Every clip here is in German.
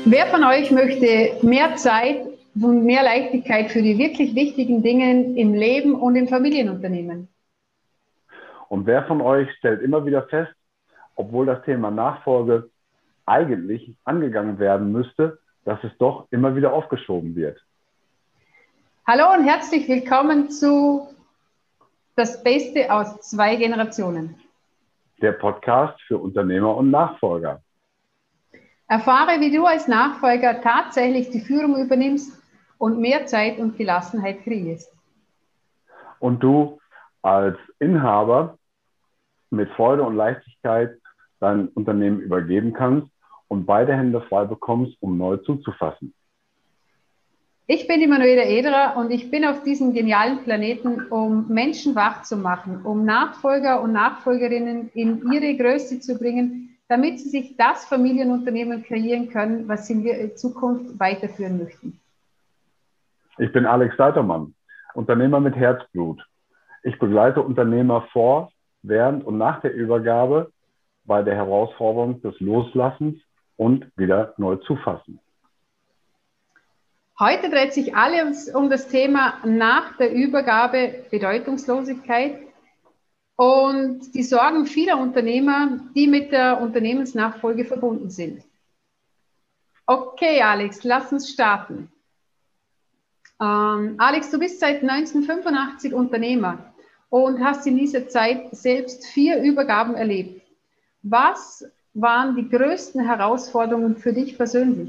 Wer von euch möchte mehr Zeit und mehr Leichtigkeit für die wirklich wichtigen Dinge im Leben und im Familienunternehmen? Und wer von euch stellt immer wieder fest, obwohl das Thema Nachfolge eigentlich angegangen werden müsste, dass es doch immer wieder aufgeschoben wird? Hallo und herzlich willkommen zu Das Beste aus 2 Generationen. Der Podcast für Unternehmer und Nachfolger. Erfahre, wie du als Nachfolger tatsächlich die Führung übernimmst und mehr Zeit und Gelassenheit kreierst. Und du als Inhaber mit Freude und Leichtigkeit dein Unternehmen übergeben kannst und beide Hände frei bekommst, um neu zuzufassen. Ich bin die Manuela Ederer und ich bin auf diesem genialen Planeten, um Menschen wach zu machen, um Nachfolger und Nachfolgerinnen in ihre Größe zu bringen, damit sie sich das Familienunternehmen kreieren können, was sie in Zukunft weiterführen möchten. Ich bin Alex Seitermann, Unternehmer mit Herzblut. Ich begleite Unternehmer vor, während und nach der Übergabe bei der Herausforderung des Loslassens und wieder neu zufassen. Heute dreht sich alles um das Thema nach der Übergabe Bedeutungslosigkeit und die Sorgen vieler Unternehmer, die mit der Unternehmensnachfolge verbunden sind. Okay, Alex, lass uns starten. Alex, du bist seit 1985 Unternehmer und hast in dieser Zeit selbst 4 Übergaben erlebt. Was waren die größten Herausforderungen für dich persönlich?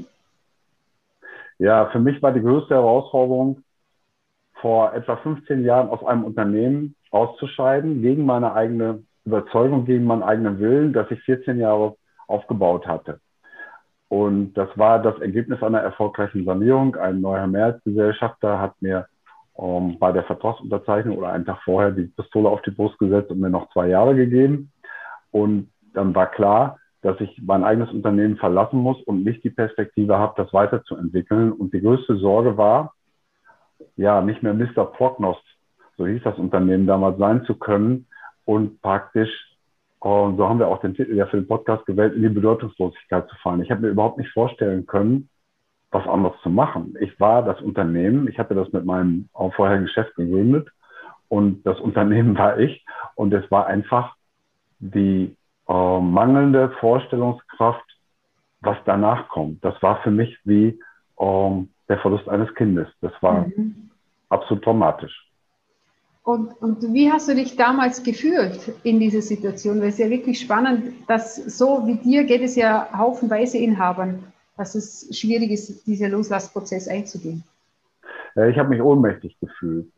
Ja, für mich war die größte Herausforderung, vor etwa 15 Jahren aus einem Unternehmen auszuscheiden, gegen meine eigene Überzeugung, gegen meinen eigenen Willen, das ich 14 Jahre aufgebaut hatte. Und das war das Ergebnis einer erfolgreichen Sanierung. Ein neuer Mehrheitsgesellschafter hat mir bei der Vertragsunterzeichnung oder einen Tag vorher die Pistole auf die Brust gesetzt und mir noch 2 Jahre gegeben. Und dann war klar, dass ich mein eigenes Unternehmen verlassen muss und nicht die Perspektive habe, das weiterzuentwickeln. Und die größte Sorge war, ja, nicht mehr Mr. Prognost, so hieß das Unternehmen damals, sein zu können und praktisch, so haben wir auch den Titel ja für den Podcast gewählt, in die Bedeutungslosigkeit zu fallen. Ich habe mir überhaupt nicht vorstellen können, was anderes zu machen. Ich war das Unternehmen, ich hatte das mit meinem vorherigen Chef gegründet und das Unternehmen war ich und es war einfach die mangelnde Vorstellungskraft, was danach kommt. Das war für mich wie der Verlust eines Kindes. Das war absolut traumatisch. Und wie hast du dich damals gefühlt in dieser Situation? Weil es ja wirklich spannend, dass so wie dir geht es ja haufenweise Inhabern, dass es schwierig ist, diesen Loslassprozess einzugehen. Ich habe mich ohnmächtig gefühlt.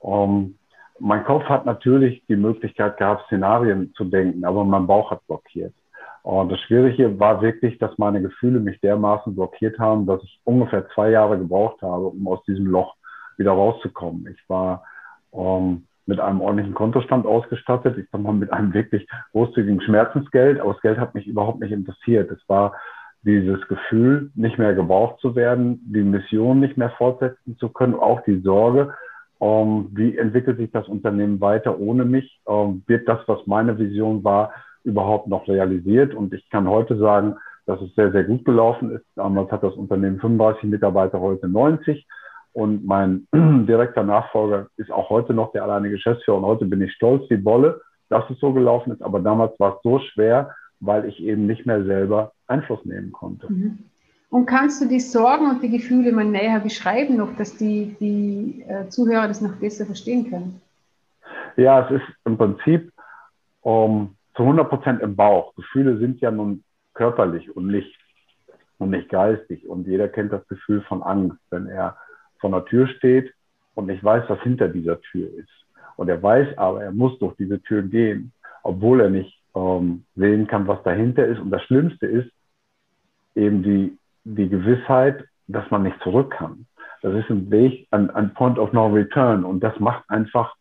Mein Kopf hat natürlich die Möglichkeit gehabt, Szenarien zu denken, aber mein Bauch hat blockiert. Und das Schwierige war wirklich, dass meine Gefühle mich dermaßen blockiert haben, dass ich ungefähr 2 Jahre gebraucht habe, um aus diesem Loch wieder rauszukommen. Ich war mit einem ordentlichen Kontostand ausgestattet. Ich sag mal, mit einem wirklich großzügigen Schmerzensgeld. Aber das Geld hat mich überhaupt nicht interessiert. Es war dieses Gefühl, nicht mehr gebraucht zu werden, die Mission nicht mehr fortsetzen zu können, auch die Sorge, wie entwickelt sich das Unternehmen weiter ohne mich? Wird das, was meine Vision war, überhaupt noch realisiert? Und ich kann heute sagen, dass es sehr, sehr gut gelaufen ist. Damals hat das Unternehmen 35 Mitarbeiter, heute 90. Und mein direkter Nachfolger ist auch heute noch der alleinige Geschäftsführer. Und heute bin ich stolz wie Bolle, dass es so gelaufen ist. Aber damals war es so schwer, weil ich eben nicht mehr selber Einfluss nehmen konnte. Und kannst du die Sorgen und die Gefühle mal näher beschreiben, noch, dass die Zuhörer das noch besser verstehen können? Ja, es ist im Prinzip zu 100% im Bauch. Gefühle sind ja nun körperlich und nicht geistig. Und jeder kennt das Gefühl von Angst, wenn er vor einer Tür steht und nicht weiß, was hinter dieser Tür ist. Und er weiß aber, er muss durch diese Tür gehen, obwohl er nicht sehen kann, was dahinter ist. Und das Schlimmste ist eben die Gewissheit, dass man nicht zurück kann. Das ist ein Weg, ein Point of No Return. Und das macht einfach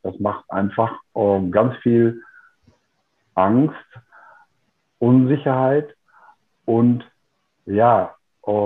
ganz viel Angst, Unsicherheit und ja,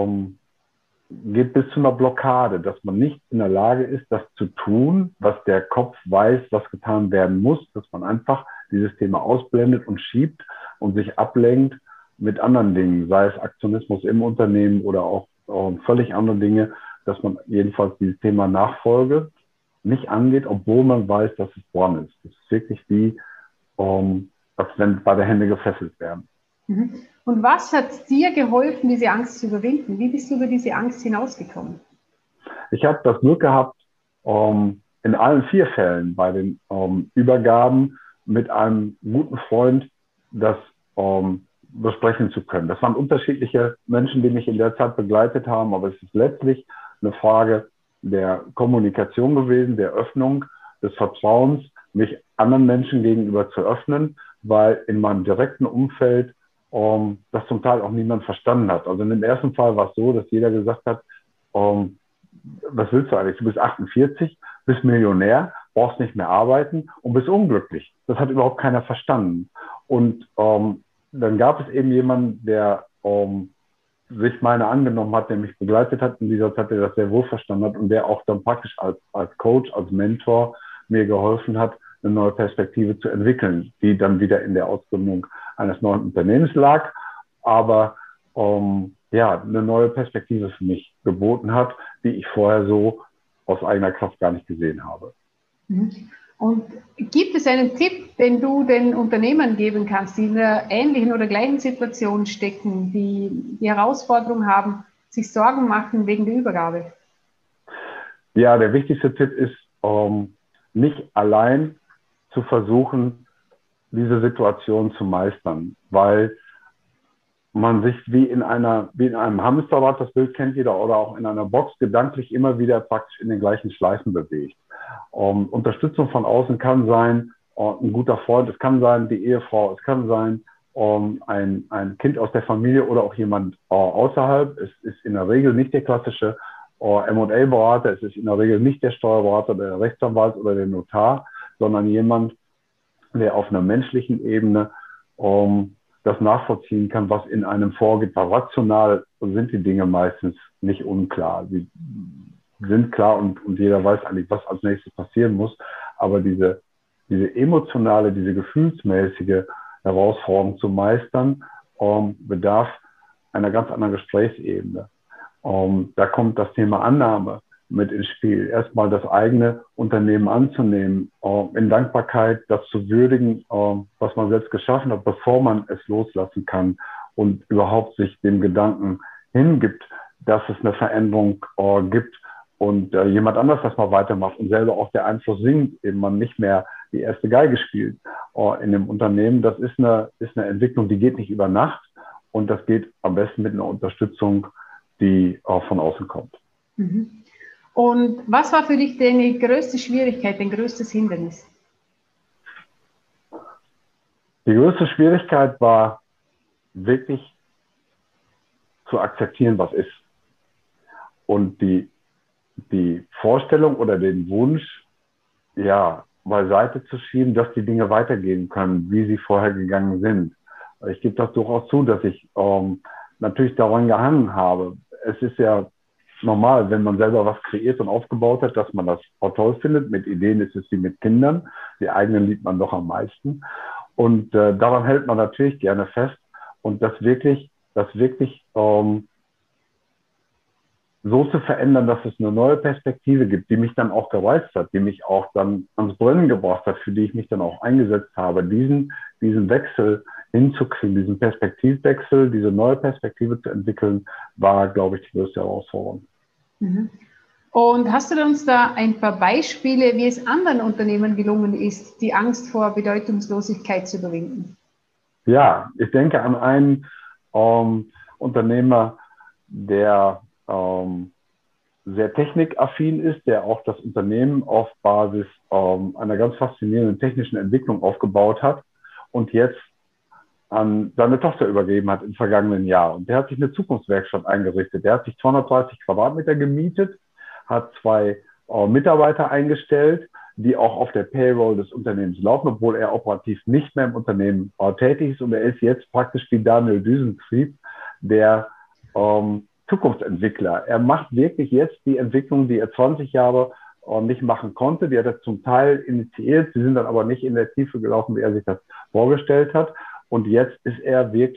geht bis zu einer Blockade, dass man nicht in der Lage ist, das zu tun, was der Kopf weiß, was getan werden muss, dass man einfach dieses Thema ausblendet und schiebt und sich ablenkt mit anderen Dingen, sei es Aktionismus im Unternehmen oder auch völlig andere Dinge, dass man jedenfalls dieses Thema Nachfolge nicht angeht, obwohl man weiß, dass es dran ist. Es ist wirklich wie, als wenn beide Hände gefesselt werden. Und was hat dir geholfen, diese Angst zu überwinden? Wie bist du über diese Angst hinausgekommen? Ich habe das Glück gehabt, in allen 4 Fällen bei den Übergaben mit einem guten Freund das besprechen zu können. Das waren unterschiedliche Menschen, die mich in der Zeit begleitet haben, aber es ist letztlich eine Frage der Kommunikation gewesen, der Öffnung, des Vertrauens, mich anderen Menschen gegenüber zu öffnen, weil in meinem direkten Umfeld das zum Teil auch niemand verstanden hat. Also in dem ersten Fall war es so, dass jeder gesagt hat, was willst du eigentlich? Du bist 48, bist Millionär, brauchst nicht mehr arbeiten und bist unglücklich. Das hat überhaupt keiner verstanden. Und dann gab es eben jemanden, der sich meiner angenommen hat, der mich begleitet hat in dieser Zeit, der das sehr wohl verstanden hat und der auch dann praktisch als Coach, als Mentor mir geholfen hat, eine neue Perspektive zu entwickeln, die dann wieder in der Ausgründung eines neuen Unternehmens lag, aber eine neue Perspektive für mich geboten hat, die ich vorher so aus eigener Kraft gar nicht gesehen habe. Und gibt es einen Tipp, den du den Unternehmern geben kannst, die in einer ähnlichen oder gleichen Situation stecken, die die Herausforderung haben, sich Sorgen machen wegen der Übergabe? Ja, der wichtigste Tipp ist, nicht allein zu versuchen, diese Situation zu meistern, weil man sich wie in einem Hamsterrad, das Bild kennt jeder, oder auch in einer Box gedanklich immer wieder praktisch in den gleichen Schleifen bewegt. Unterstützung von außen kann sein, ein guter Freund, es kann sein die Ehefrau, es kann sein ein Kind aus der Familie oder auch jemand außerhalb. Es ist in der Regel nicht der klassische M&A-Berater, es ist in der Regel nicht der Steuerberater, der Rechtsanwalt oder der Notar, sondern jemand, der auf einer menschlichen Ebene das nachvollziehen kann, was in einem vorgeht. Weil rational sind die Dinge meistens nicht unklar. Sie sind klar und jeder weiß eigentlich, was als nächstes passieren muss. Aber diese emotionale, diese gefühlsmäßige Herausforderung zu meistern, bedarf einer ganz anderen Gesprächsebene. Da kommt das Thema Annahme mit ins Spiel. Erstmal das eigene Unternehmen anzunehmen, in Dankbarkeit das zu würdigen, was man selbst geschaffen hat, bevor man es loslassen kann und überhaupt sich dem Gedanken hingibt, dass es eine Veränderung gibt und jemand anders das mal weitermacht und selber auch der Einfluss sinkt, eben man nicht mehr die erste Geige spielt in dem Unternehmen. Das ist eine Entwicklung, die geht nicht über Nacht und das geht am besten mit einer Unterstützung, die von außen kommt. Und was war für dich deine größte Schwierigkeit, dein größtes Hindernis? Die größte Schwierigkeit war wirklich zu akzeptieren, was ist. Und die Vorstellung oder den Wunsch, beiseite zu schieben, dass die Dinge weitergehen können, wie sie vorher gegangen sind. Ich gebe das durchaus zu, dass ich natürlich daran gehangen habe. Es ist ja normal, wenn man selber was kreiert und aufgebaut hat, dass man das auch toll findet. Mit Ideen ist es wie mit Kindern. Die eigenen liebt man doch am meisten. Und daran hält man natürlich gerne fest. Und das wirklich so zu verändern, dass es eine neue Perspektive gibt, die mich dann auch gereizt hat, die mich auch dann ans Brennen gebracht hat, für die ich mich dann auch eingesetzt habe, diesen Wechsel hinzukriegen, diesen Perspektivwechsel, diese neue Perspektive zu entwickeln, war, glaube ich, die größte Herausforderung. Und hast du uns da ein paar Beispiele, wie es anderen Unternehmen gelungen ist, die Angst vor Bedeutungslosigkeit zu überwinden? Ja, ich denke an einen Unternehmer, der sehr technikaffin ist, der auch das Unternehmen auf Basis einer ganz faszinierenden technischen Entwicklung aufgebaut hat und jetzt an seine Tochter übergeben hat im vergangenen Jahr. Und der hat sich eine Zukunftswerkstatt eingerichtet. Der hat sich 230 Quadratmeter gemietet, hat 2 Mitarbeiter eingestellt, die auch auf der Payroll des Unternehmens laufen, obwohl er operativ nicht mehr im Unternehmen tätig ist. Und er ist jetzt praktisch wie Daniel Düsentrieb, der Zukunftsentwickler. Er macht wirklich jetzt die Entwicklung, die er 20 Jahre nicht machen konnte. Die hat er zum Teil initiiert. Sie sind dann aber nicht in der Tiefe gelaufen, wie er sich das vorgestellt hat. Und jetzt ist er wirklich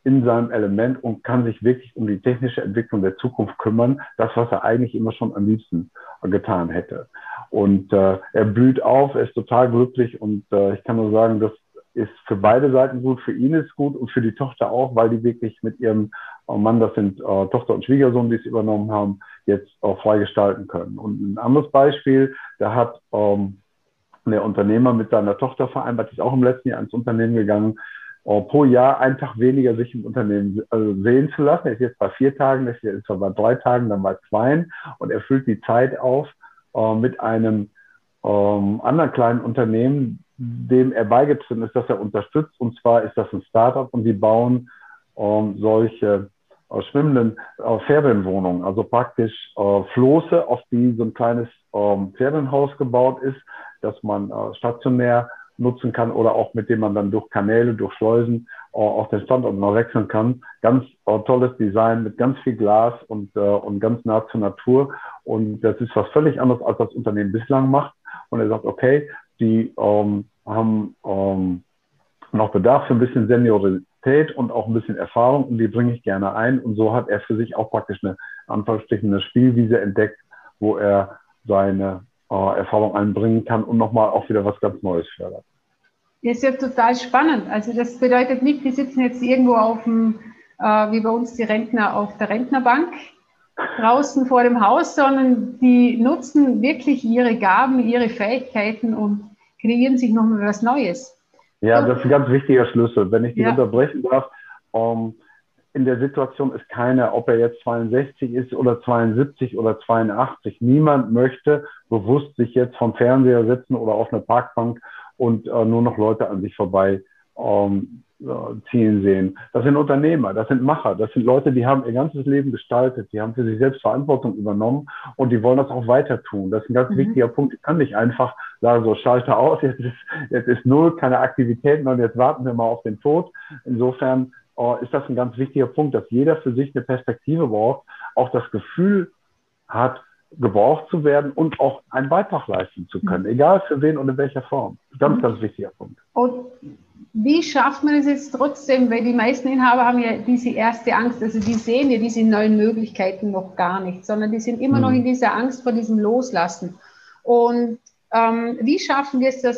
in seinem Element und kann sich wirklich um die technische Entwicklung der Zukunft kümmern. Das, was er eigentlich immer schon am liebsten getan hätte. Und er blüht auf, er ist total glücklich und ich kann nur sagen, das ist für beide Seiten gut, für ihn ist gut und für die Tochter auch, weil die wirklich mit ihrem Mann, das sind Tochter und Schwiegersohn, die es übernommen haben, jetzt auch frei gestalten können. Und ein anderes Beispiel, da hat der Unternehmer mit seiner Tochter vereinbart, ist auch im letzten Jahr ins Unternehmen gegangen, pro Jahr einen Tag weniger sich im Unternehmen sehen zu lassen. Er ist jetzt bei 4 Tagen, er ist jetzt bei 3 Tagen, dann bei 2 und er füllt die Zeit auf mit einem anderen kleinen Unternehmen, dem er beigetreten ist, dass er unterstützt. Und zwar ist das ein Startup und die bauen solche schwimmenden Ferienwohnungen, also praktisch Floße, auf die so ein kleines Ferienhaus gebaut ist, dass man stationär nutzen kann oder auch mit dem man dann durch Kanäle, durch Schleusen auf den Standort noch wechseln kann. Ganz tolles Design mit ganz viel Glas und ganz nah zur Natur. Und das ist was völlig anderes, als das Unternehmen bislang macht. Und er sagt, okay, die haben noch Bedarf für ein bisschen Seniorität und auch ein bisschen Erfahrung und die bringe ich gerne ein. Und so hat er für sich auch praktisch eine Spielwiese entdeckt, wo er seine Erfahrung einbringen kann und nochmal auch wieder was ganz Neues fördert. Das ist ja total spannend. Also das bedeutet nicht, die sitzen jetzt irgendwo auf dem, wie bei uns die Rentner auf der Rentnerbank draußen vor dem Haus, sondern die nutzen wirklich ihre Gaben, ihre Fähigkeiten und kreieren sich nochmal was Neues. Ja, das ist ein ganz wichtiger Schlüssel. Wenn ich dich unterbrechen darf, in der Situation ist keiner, ob er jetzt 62 ist oder 72 oder 82. Niemand möchte bewusst sich jetzt vom Fernseher setzen oder auf eine Parkbank und nur noch Leute an sich vorbei ziehen sehen. Das sind Unternehmer, das sind Macher, das sind Leute, die haben ihr ganzes Leben gestaltet, die haben für sich selbst Verantwortung übernommen und die wollen das auch weiter tun. Das ist ein ganz wichtiger Punkt. Ich kann nicht einfach sagen, so schalte aus, jetzt ist null, keine Aktivitäten und jetzt warten wir mal auf den Tod. Insofern ist das ein ganz wichtiger Punkt, dass jeder für sich eine Perspektive braucht, auch das Gefühl hat, gebraucht zu werden und auch einen Beitrag leisten zu können, egal für wen und in welcher Form. Ganz, ganz wichtiger Punkt. Und wie schafft man es jetzt trotzdem, weil die meisten Inhaber haben ja diese erste Angst, also die sehen ja diese neuen Möglichkeiten noch gar nicht, sondern die sind immer noch in dieser Angst vor diesem Loslassen. Und wie schaffen wir es,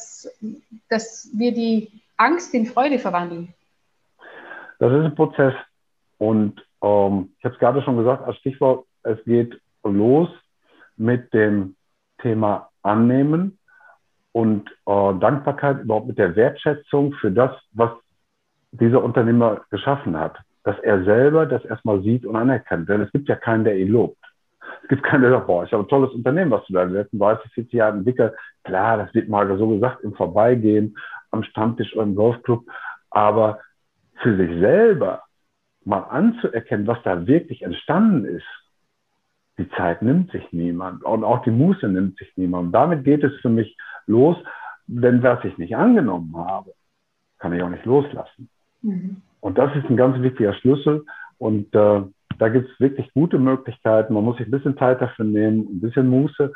dass wir die Angst in Freude verwandeln? Das ist ein Prozess und ich habe es gerade schon gesagt, als Stichwort, es geht los mit dem Thema Annehmen und Dankbarkeit, überhaupt mit der Wertschätzung für das, was dieser Unternehmer geschaffen hat. Dass er selber das erstmal sieht und anerkennt. Denn es gibt ja keinen, der ihn lobt. Es gibt keinen, der sagt, boah, ich habe ein tolles Unternehmen, was du da in den letzten 30, 40 Jahren entwickelt. Klar, das wird mal so gesagt im Vorbeigehen, am Stammtisch oder im Golfclub. Aber für sich selber mal anzuerkennen, was da wirklich entstanden ist, die Zeit nimmt sich niemand und auch die Muße nimmt sich niemand. Und damit geht es für mich los, denn was ich nicht angenommen habe, kann ich auch nicht loslassen. Und das ist ein ganz wichtiger Schlüssel und da gibt es wirklich gute Möglichkeiten. Man muss sich ein bisschen Zeit dafür nehmen, ein bisschen Muße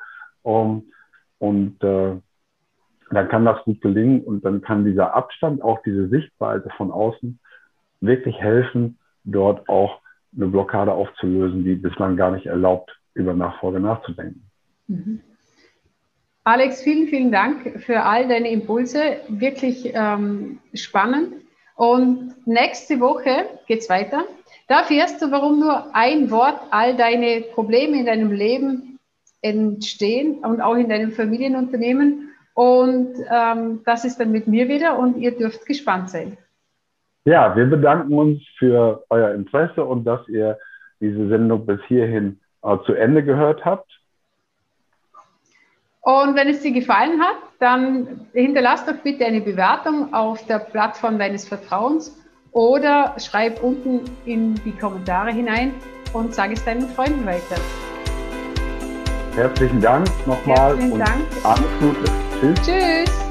und dann kann das gut gelingen und dann kann dieser Abstand, auch diese Sichtweise von außen wirklich helfen, dort auch eine Blockade aufzulösen, die bislang gar nicht erlaubt, über Nachfolge nachzudenken. Alex, vielen, vielen Dank für all deine Impulse. Wirklich spannend. Und nächste Woche geht's weiter. Da erfährst du, warum nur ein Wort all deine Probleme in deinem Leben entstehen und auch in deinem Familienunternehmen. Und das ist dann mit mir wieder und ihr dürft gespannt sein. Ja, wir bedanken uns für euer Interesse und dass ihr diese Sendung bis hierhin zu Ende gehört habt. Und wenn es dir gefallen hat, dann hinterlass doch bitte eine Bewertung auf der Plattform deines Vertrauens oder schreib unten in die Kommentare hinein und sag es deinen Freunden weiter. Herzlichen Dank nochmal und alles Gute. Tschüss. Tschüss.